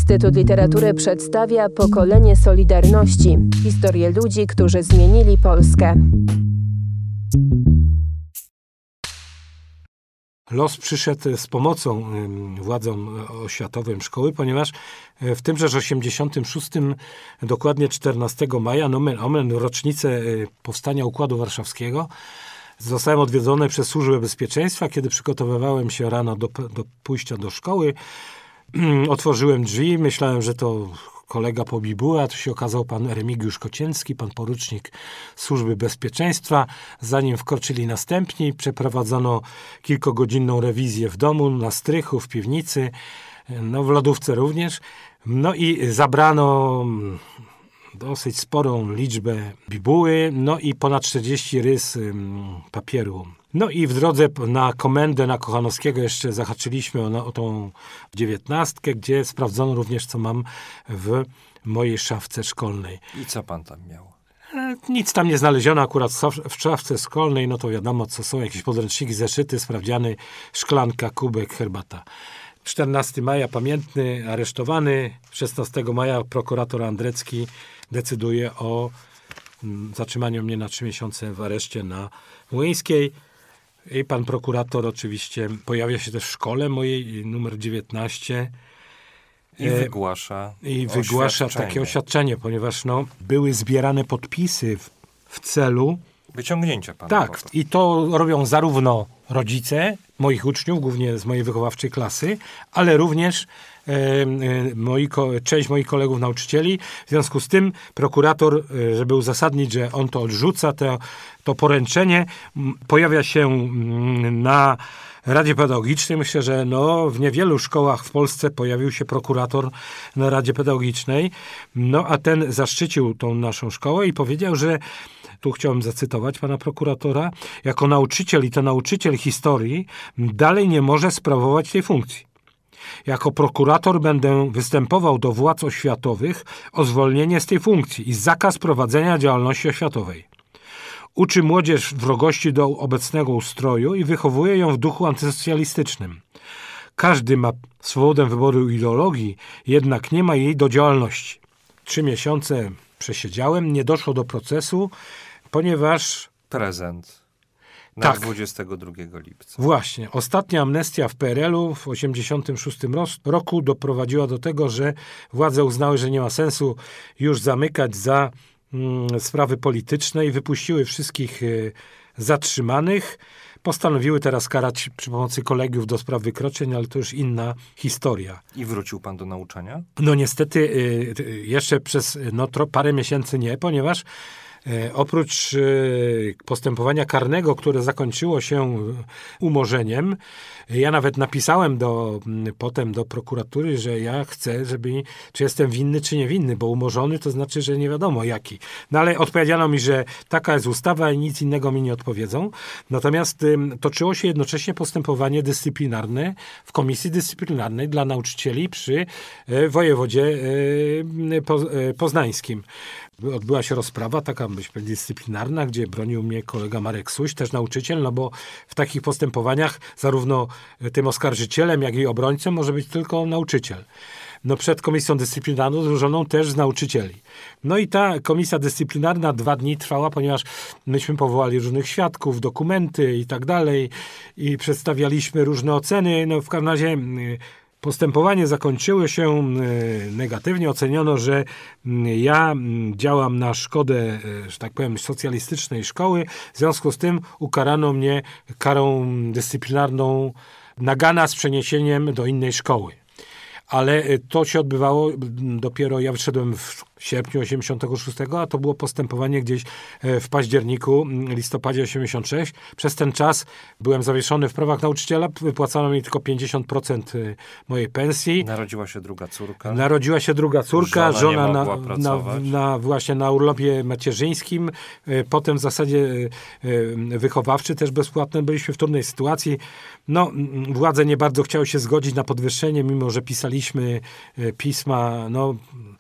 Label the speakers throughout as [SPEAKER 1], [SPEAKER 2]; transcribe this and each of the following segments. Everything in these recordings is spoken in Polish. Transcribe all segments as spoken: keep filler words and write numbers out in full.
[SPEAKER 1] Instytut Literatury przedstawia Pokolenie Solidarności. Historię ludzi, którzy zmienili Polskę.
[SPEAKER 2] Los przyszedł z pomocą władzom oświatowym szkoły, ponieważ w tymże osiemdziesiątym szóstym, dokładnie czternastego maja, nomen omen, rocznicę powstania Układu Warszawskiego, zostałem odwiedzony przez Służbę Bezpieczeństwa. Kiedy przygotowywałem się rano do, do pójścia do szkoły, otworzyłem drzwi, myślałem, że to kolega po bibułę, a to się okazał pan Remigiusz Kocięcki, pan porucznik Służby Bezpieczeństwa. Zanim wkroczyli następni, przeprowadzono kilkugodzinną rewizję w domu, na strychu, w piwnicy, no w lodówce również. No i zabrano dosyć sporą liczbę bibuły, no i ponad czterdzieści rys papieru. No i w drodze na komendę na Kochanowskiego jeszcze zahaczyliśmy o, o tą dziewiętnastkę, gdzie sprawdzono również, co mam w mojej szafce szkolnej.
[SPEAKER 3] I co pan tam miał?
[SPEAKER 2] E, nic tam nie znaleziono, akurat w szafce szkolnej, no to wiadomo, co są, jakieś podręczniki, zeszyty, sprawdziany, szklanka, kubek, herbata. czternastego maja pamiętny, aresztowany. szesnastego maja prokurator Andrecki decyduje o mm, zatrzymaniu mnie na trzy miesiące w areszcie na Młyńskiej. I pan prokurator oczywiście pojawia się też w szkole mojej, numer dziewiętnaście.
[SPEAKER 3] I wygłasza
[SPEAKER 2] I wygłasza takie oświadczenie, ponieważ no, były zbierane podpisy w, w celu
[SPEAKER 3] wyciągnięcia pana.
[SPEAKER 2] Tak, i to robią zarówno rodzice moich uczniów, głównie z mojej wychowawczej klasy, ale również e, e, moi, część moich kolegów nauczycieli. W związku z tym prokurator, e, żeby uzasadnić, że on to odrzuca, to, to poręczenie, m, pojawia się m, na Radzie Pedagogicznej. Myślę, że no, w niewielu szkołach w Polsce pojawił się prokurator na Radzie Pedagogicznej. No a ten zaszczycił tą naszą szkołę i powiedział, że tu chciałem zacytować pana prokuratora, jako nauczyciel i to nauczyciel historii dalej nie może sprawować tej funkcji. Jako prokurator będę występował do władz oświatowych o zwolnienie z tej funkcji i zakaz prowadzenia działalności oświatowej. Uczy młodzież wrogości do obecnego ustroju i wychowuje ją w duchu antysocjalistycznym. Każdy ma swobodę wyboru ideologii, jednak nie ma jej do działalności. Trzy miesiące przesiedziałem, nie doszło do procesu, ponieważ...
[SPEAKER 3] Prezent. Na
[SPEAKER 2] tak.
[SPEAKER 3] dwudziestego drugiego lipca.
[SPEAKER 2] Właśnie. Ostatnia amnestia w P R L-u w osiemdziesiątym szóstym roku doprowadziła do tego, że władze uznały, że nie ma sensu już zamykać za mm, sprawy polityczne i wypuściły wszystkich y, zatrzymanych. Postanowiły teraz karać przy pomocy kolegiów do spraw wykroczeń, ale to już inna historia.
[SPEAKER 3] I wrócił pan do nauczania?
[SPEAKER 2] No niestety y, y, jeszcze przez no, tro, parę miesięcy nie, ponieważ oprócz postępowania karnego, które zakończyło się umorzeniem, ja nawet napisałem do, potem do prokuratury, że ja chcę, żeby, czy jestem winny, czy niewinny, bo umorzony to znaczy, że nie wiadomo jaki. No ale odpowiedziano mi, że taka jest ustawa i nic innego mi nie odpowiedzą. Natomiast toczyło się jednocześnie postępowanie dyscyplinarne w Komisji Dyscyplinarnej dla nauczycieli przy wojewodzie poznańskim. Odbyła się rozprawa taka, myślę, dyscyplinarna, gdzie bronił mnie kolega Marek Suś, też nauczyciel, no bo w takich postępowaniach zarówno tym oskarżycielem, jak i obrońcą może być tylko nauczyciel. No przed komisją dyscyplinarną złożoną też z nauczycieli. No i ta komisja dyscyplinarna dwa dni trwała, ponieważ myśmy powołali różnych świadków, dokumenty i tak dalej i przedstawialiśmy różne oceny. No w każdym razie postępowanie zakończyło się negatywnie. Oceniono, że ja działam na szkodę, że tak powiem, socjalistycznej szkoły. W związku z tym ukarano mnie karą dyscyplinarną nagana z przeniesieniem do innej szkoły. Ale to się odbywało dopiero, ja wyszedłem w sierpniu osiemdziesiątego szóstego, a to było postępowanie gdzieś w październiku, listopadzie osiemdziesiątego szóstego. Przez ten czas byłem zawieszony w prawach nauczyciela, wypłacano mi tylko pięćdziesiąt procent mojej pensji.
[SPEAKER 3] Narodziła się druga córka.
[SPEAKER 2] Narodziła się druga córka, żona, żona na, na, na, właśnie na urlopie macierzyńskim. Potem w zasadzie wychowawczy też bezpłatny. Byliśmy w trudnej sytuacji. No, władze nie bardzo chciały się zgodzić na podwyższenie, mimo że pisaliśmy pisma, no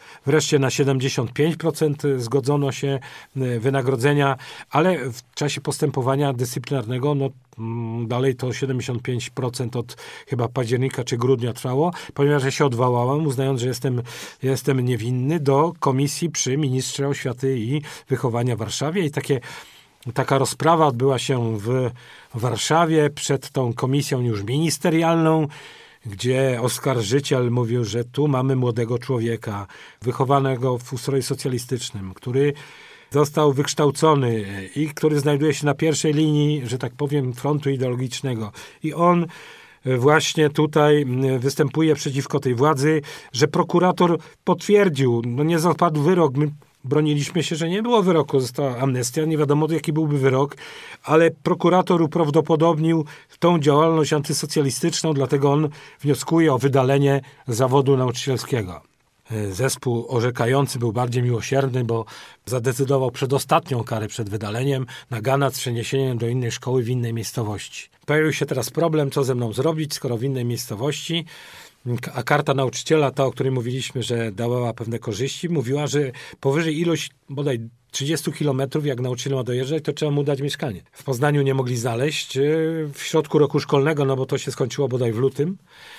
[SPEAKER 2] Wreszcie na siedemdziesiąt pięć procent zgodzono się wynagrodzenia, ale w czasie postępowania dyscyplinarnego no, dalej to siedemdziesiąt pięć procent od chyba października czy grudnia trwało, ponieważ ja się odwołałem, uznając, że jestem, jestem niewinny, do komisji przy ministrze oświaty i wychowania w Warszawie i takie Taka rozprawa odbyła się w Warszawie przed tą komisją już ministerialną, gdzie oskarżyciel mówił, że tu mamy młodego człowieka wychowanego w ustroju socjalistycznym, który został wykształcony i który znajduje się na pierwszej linii, że tak powiem, frontu ideologicznego. I on właśnie tutaj występuje przeciwko tej władzy, że prokurator potwierdził, no nie zapadł wyrok, my broniliśmy się, że nie było wyroku, została amnestia, nie wiadomo jaki byłby wyrok, ale prokurator uprawdopodobnił tą działalność antysocjalistyczną, dlatego on wnioskuje o wydalenie zawodu nauczycielskiego. Zespół orzekający był bardziej miłosierny, bo zadecydował przedostatnią karę przed wydaleniem, nagana z przeniesieniem do innej szkoły w innej miejscowości. Pojawił się teraz problem, co ze mną zrobić, skoro w innej miejscowości, a karta nauczyciela, ta, o której mówiliśmy, że dawała pewne korzyści, mówiła, że powyżej ilość bodaj trzydziestu kilometrów, jak nauczyciel ma dojeżdżać, to trzeba mu dać mieszkanie. W Poznaniu nie mogli znaleźć w środku roku szkolnego, no bo to się skończyło bodaj w lutym,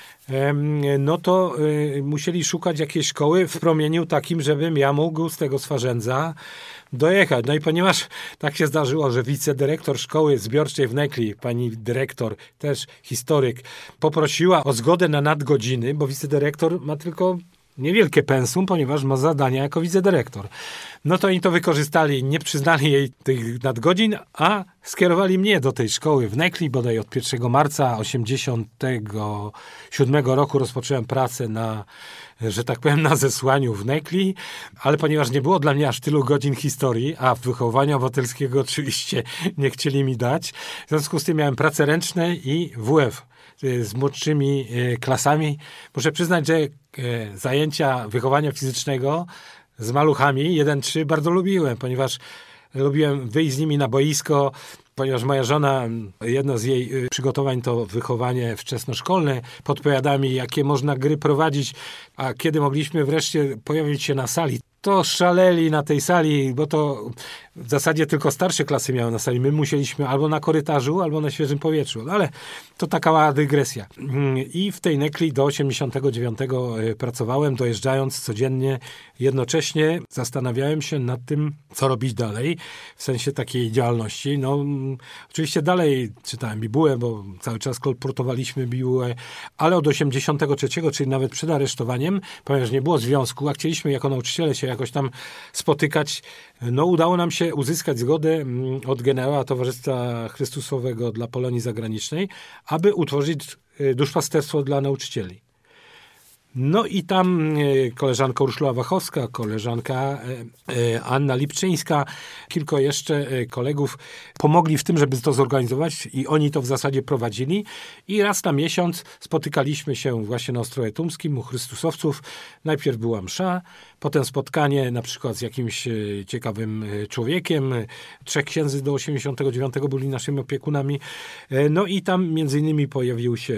[SPEAKER 2] no to musieli szukać jakiejś szkoły w promieniu takim, żebym ja mógł z tego Swarzędza dojechać. No i ponieważ tak się zdarzyło, że wicedyrektor szkoły zbiorczej w Nekli, pani dyrektor, też historyk, poprosiła o zgodę na nadgodziny, bo wicedyrektor ma tylko niewielkie pensum, ponieważ ma zadania jako wicedyrektor. No to oni to wykorzystali, nie przyznali jej tych nadgodzin, a skierowali mnie do tej szkoły w Nekli, bodaj od pierwszego marca osiemdziesiątego siódmego roku rozpocząłem pracę na, że tak powiem, na zesłaniu w Nekli, ale ponieważ nie było dla mnie aż tylu godzin historii, a wychowania obywatelskiego oczywiście nie chcieli mi dać, w związku z tym miałem prace ręczne i W F z młodszymi klasami. Muszę przyznać, że zajęcia wychowania fizycznego z maluchami jeden trzy bardzo lubiłem, ponieważ lubiłem wyjść z nimi na boisko, ponieważ moja żona, jedno z jej przygotowań to wychowanie wczesnoszkolne, podpowiada mi, jakie można gry prowadzić, a kiedy mogliśmy wreszcie pojawić się na sali, to szaleli na tej sali, bo to w zasadzie tylko starsze klasy miały na sali. My musieliśmy albo na korytarzu, albo na świeżym powietrzu. No ale to taka mała dygresja. I w tej Nekli do osiemdziesiątego dziewiątego pracowałem, dojeżdżając codziennie. Jednocześnie zastanawiałem się nad tym, co robić dalej, w sensie takiej działalności. No, oczywiście dalej czytałem bibułę, bo cały czas kolportowaliśmy bibułę, ale od osiemdziesiątego trzeciego, czyli nawet przed aresztowaniem, ponieważ nie było związku, a chcieliśmy jako nauczyciele się jakoś tam spotykać, no udało nam się uzyskać zgodę od generała Towarzystwa Chrystusowego dla Polonii Zagranicznej, aby utworzyć duszpasterstwo dla nauczycieli. No i tam koleżanka Urszula Wachowska, koleżanka Anna Lipczyńska, kilku jeszcze kolegów pomogli w tym, żeby to zorganizować i oni to w zasadzie prowadzili. I raz na miesiąc spotykaliśmy się właśnie na Ostrowie Tumskim u Chrystusowców. Najpierw była msza, potem spotkanie na przykład z jakimś ciekawym człowiekiem. Trzech księży do osiemdziesiątego dziewiątego byli naszymi opiekunami. No i tam między innymi pojawił się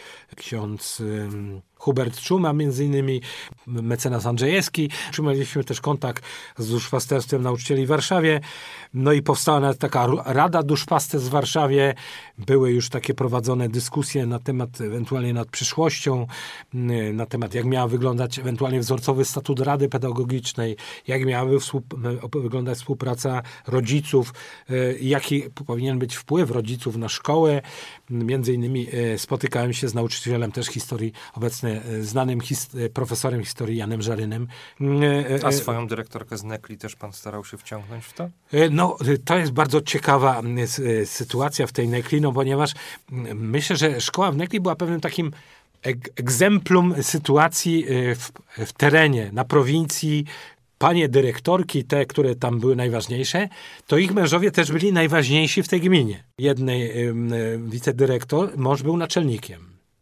[SPEAKER 2] ksiądz Hubert Czuma, między innymi mecenas Andrzejewski. Trzymaliśmy też kontakt z duszpasterstwem nauczycieli w Warszawie. No i powstała nawet taka Rada Duszpasterstw w Warszawie. Były już takie prowadzone dyskusje na temat ewentualnie nad przyszłością, na temat jak miała wyglądać ewentualnie wzorcowy statut Rady Pedagogicznej, jak miałaby współ- wyglądać współpraca rodziców, jaki powinien być wpływ rodziców na szkołę. Między innymi spotykałem się z nauczycielem też historii, obecnie znanym his- profesorem historii Janem Żarynem.
[SPEAKER 3] A swoją dyrektorkę z Nekli też pan starał się wciągnąć w to?
[SPEAKER 2] No, to jest bardzo ciekawa sytuacja w tej Nekli, no ponieważ myślę, że szkoła w Nekli była pewnym takim egzemplum sytuacji w, w terenie, na prowincji. Panie dyrektorki, te, które tam były najważniejsze, to ich mężowie też byli najważniejsi w tej gminie. Jednej y, wicedyrektor, mąż był naczelnikiem.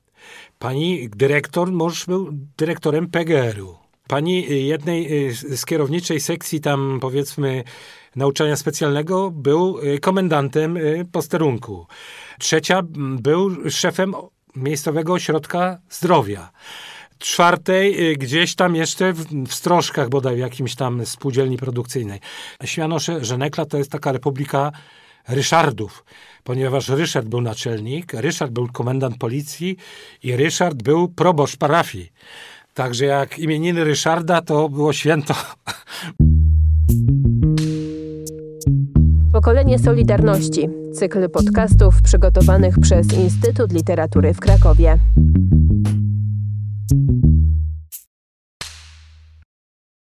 [SPEAKER 2] Pani dyrektor, mąż był dyrektorem P G R u. Pani jednej z kierowniczej sekcji tam, powiedzmy, nauczania specjalnego był komendantem posterunku. Trzecia był szefem miejscowego ośrodka zdrowia. czwartej y, gdzieś tam jeszcze w, w Stroszkach bodaj, w jakimś tam spółdzielni produkcyjnej. Śmiano się, że Nekla to jest taka republika Ryszardów, ponieważ Ryszard był naczelnik, Ryszard był komendant policji i Ryszard był proboszcz parafii. Także jak imieniny Ryszarda, to było święto.
[SPEAKER 1] Pokolenie Solidarności. Cykl podcastów przygotowanych przez Instytut Literatury w Krakowie.